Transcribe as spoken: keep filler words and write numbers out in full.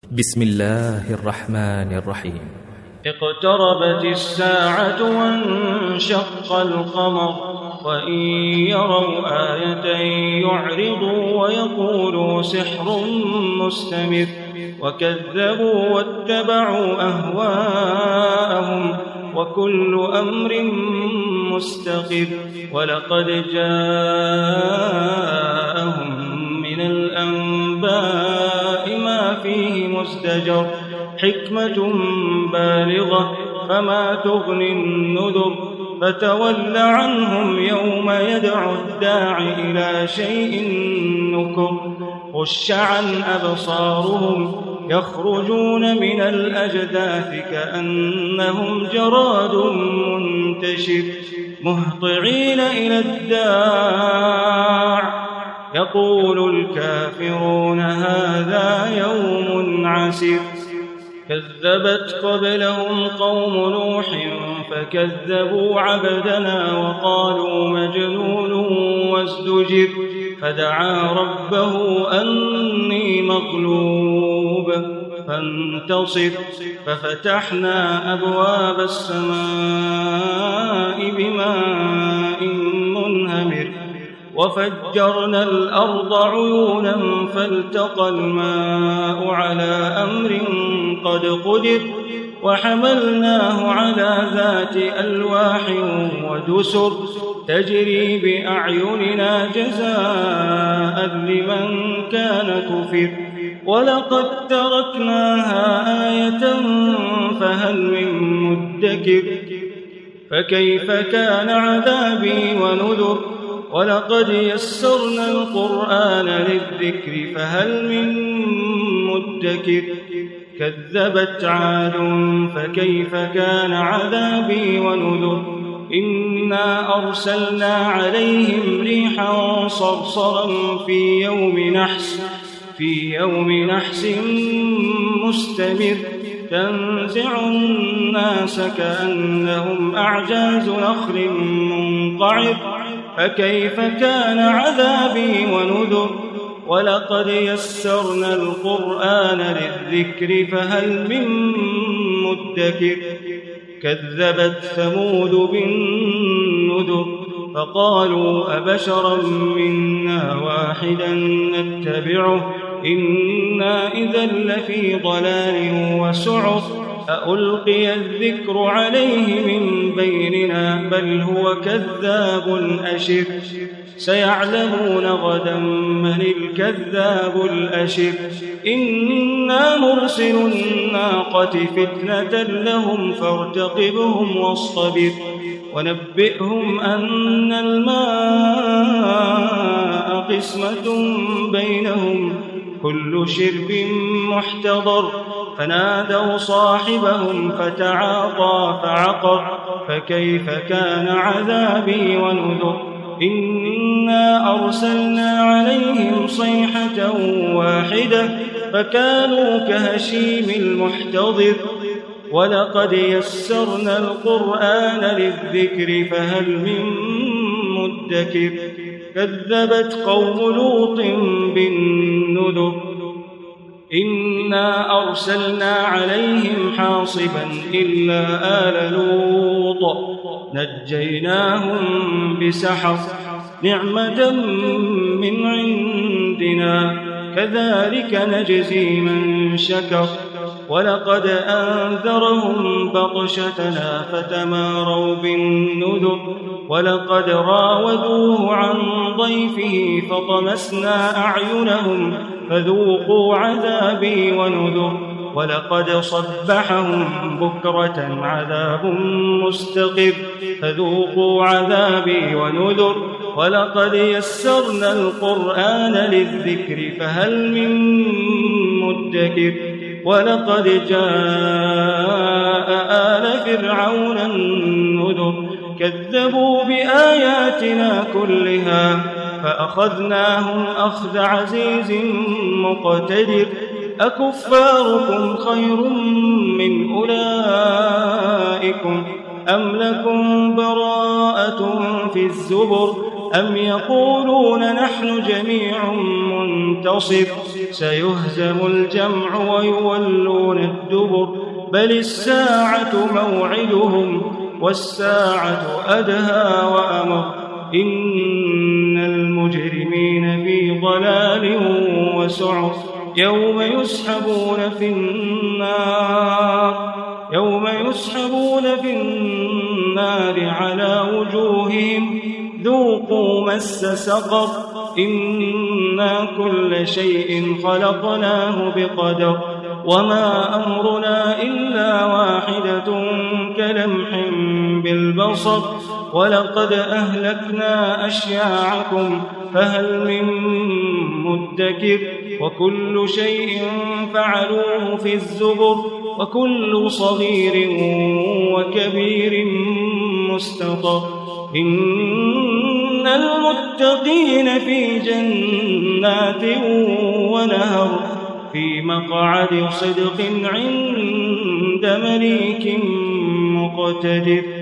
بسم الله الرحمن الرحيم. اقتربت الساعة وانشق القمر وإن يروا آية يعرضوا ويقولوا سحر مستمر وكذبوا واتبعوا أهواءهم وكل أمر مستقر ولقد جاءهم من الأنباء ما فيه مزدجر حكمة بالغة فما تغني النذر فتول عنهم يوم يدعو الداع إلى شيء نكر خش عن أبصارهم يخرجون من الأجداث كأنهم جراد منتشر مهطعين إلى الداع يقول الكافرون هذا يوم عسير كذبت قبلهم قوم نوح فكذبوا عبدنا وقالوا مجنون وازدجر فدعا ربه أني مغلوب فانتصر ففتحنا أبواب السماء بماء منهمر وفجرنا الأرض عيونا فالتقى الماء على أمر قد قدر وحملناه على ذات ألواح ودسر تجري بأعيننا جزاء لمن كان كفر ولقد تركناها آية فهل من مدكر فكيف كان عذابي ونذر ولقد يسرنا القرآن للذكر فهل من مدكر كذبت عاد فكيف كان عذابي ونذر إنا أرسلنا عليهم ريحا صرصرا في يوم نحس في يوم نحس مستمر تنزع الناس كأنهم أعجاز نخل منقعر فكيف كان عذابي ونذر ولقد يسرنا القرآن للذكر فهل من مدكر كذبت ثمود بالنذر فقالوا أبشرا منا واحدا نتبعه إنا إذا لفي ضلال وسعر أألقي الذكر عليه من بيننا بل هو كذاب أشر سيعلمون غدا من الكذاب الأشر إنا مرسل الناقة فتنة لهم فارتقبهم واصطبر ونبئهم أن الماء قسمة بينهم كل شرب محتضر فنادوا صاحبهم فتعاطى فعقر فكيف كان عذابي ونذر إنا أرسلنا عليهم صيحة واحدة فكانوا كهشيم المحتضر ولقد يسرنا القرآن للذكر فهل من مدكر كذبت قوم لوط بالنذر إنا أرسلنا عليهم حاصبا إلا آل لوط نجيناهم بسحر نعمة من عندنا كذلك نجزي من شكر ولقد أنذرهم بطشتنا فتماروا بالنذر ولقد راودوه عن ضيفه فطمسنا أعينهم فذوقوا عذابي ونذر ولقد صبحهم بكرة عذاب مستقر فذوقوا عذابي ونذر ولقد يسرنا القرآن للذكر فهل من مدكر ولقد جاء آل فرعون النذر كذبوا بآياتنا كلها فأخذناهم أخذ عزيز مقتدر أكفاركم خير من أولئكم أم لكم براءة في الزبر أم يقولون نحن جميع منتصر سيهزم الجمع ويولون الدبر بل الساعة موعدهم والساعة أدهى وأمر إن المجرمين في ضلال وسعر يوم يسحبون في النار يوم يسحبون في النار على وجوههم ذوقوا مس سقر إنا كل شيء خلقناه بقدر وما أمرنا إلا واحدة كلمح بالبصر ولقد أهلكنا أشياعكم فهل من مدكر وكل شيء فعلوه في الزبر وكل صغير وكبير مستطر إن المتقين في جنات ونهر في مقعد صدق عند مليك مقتدر.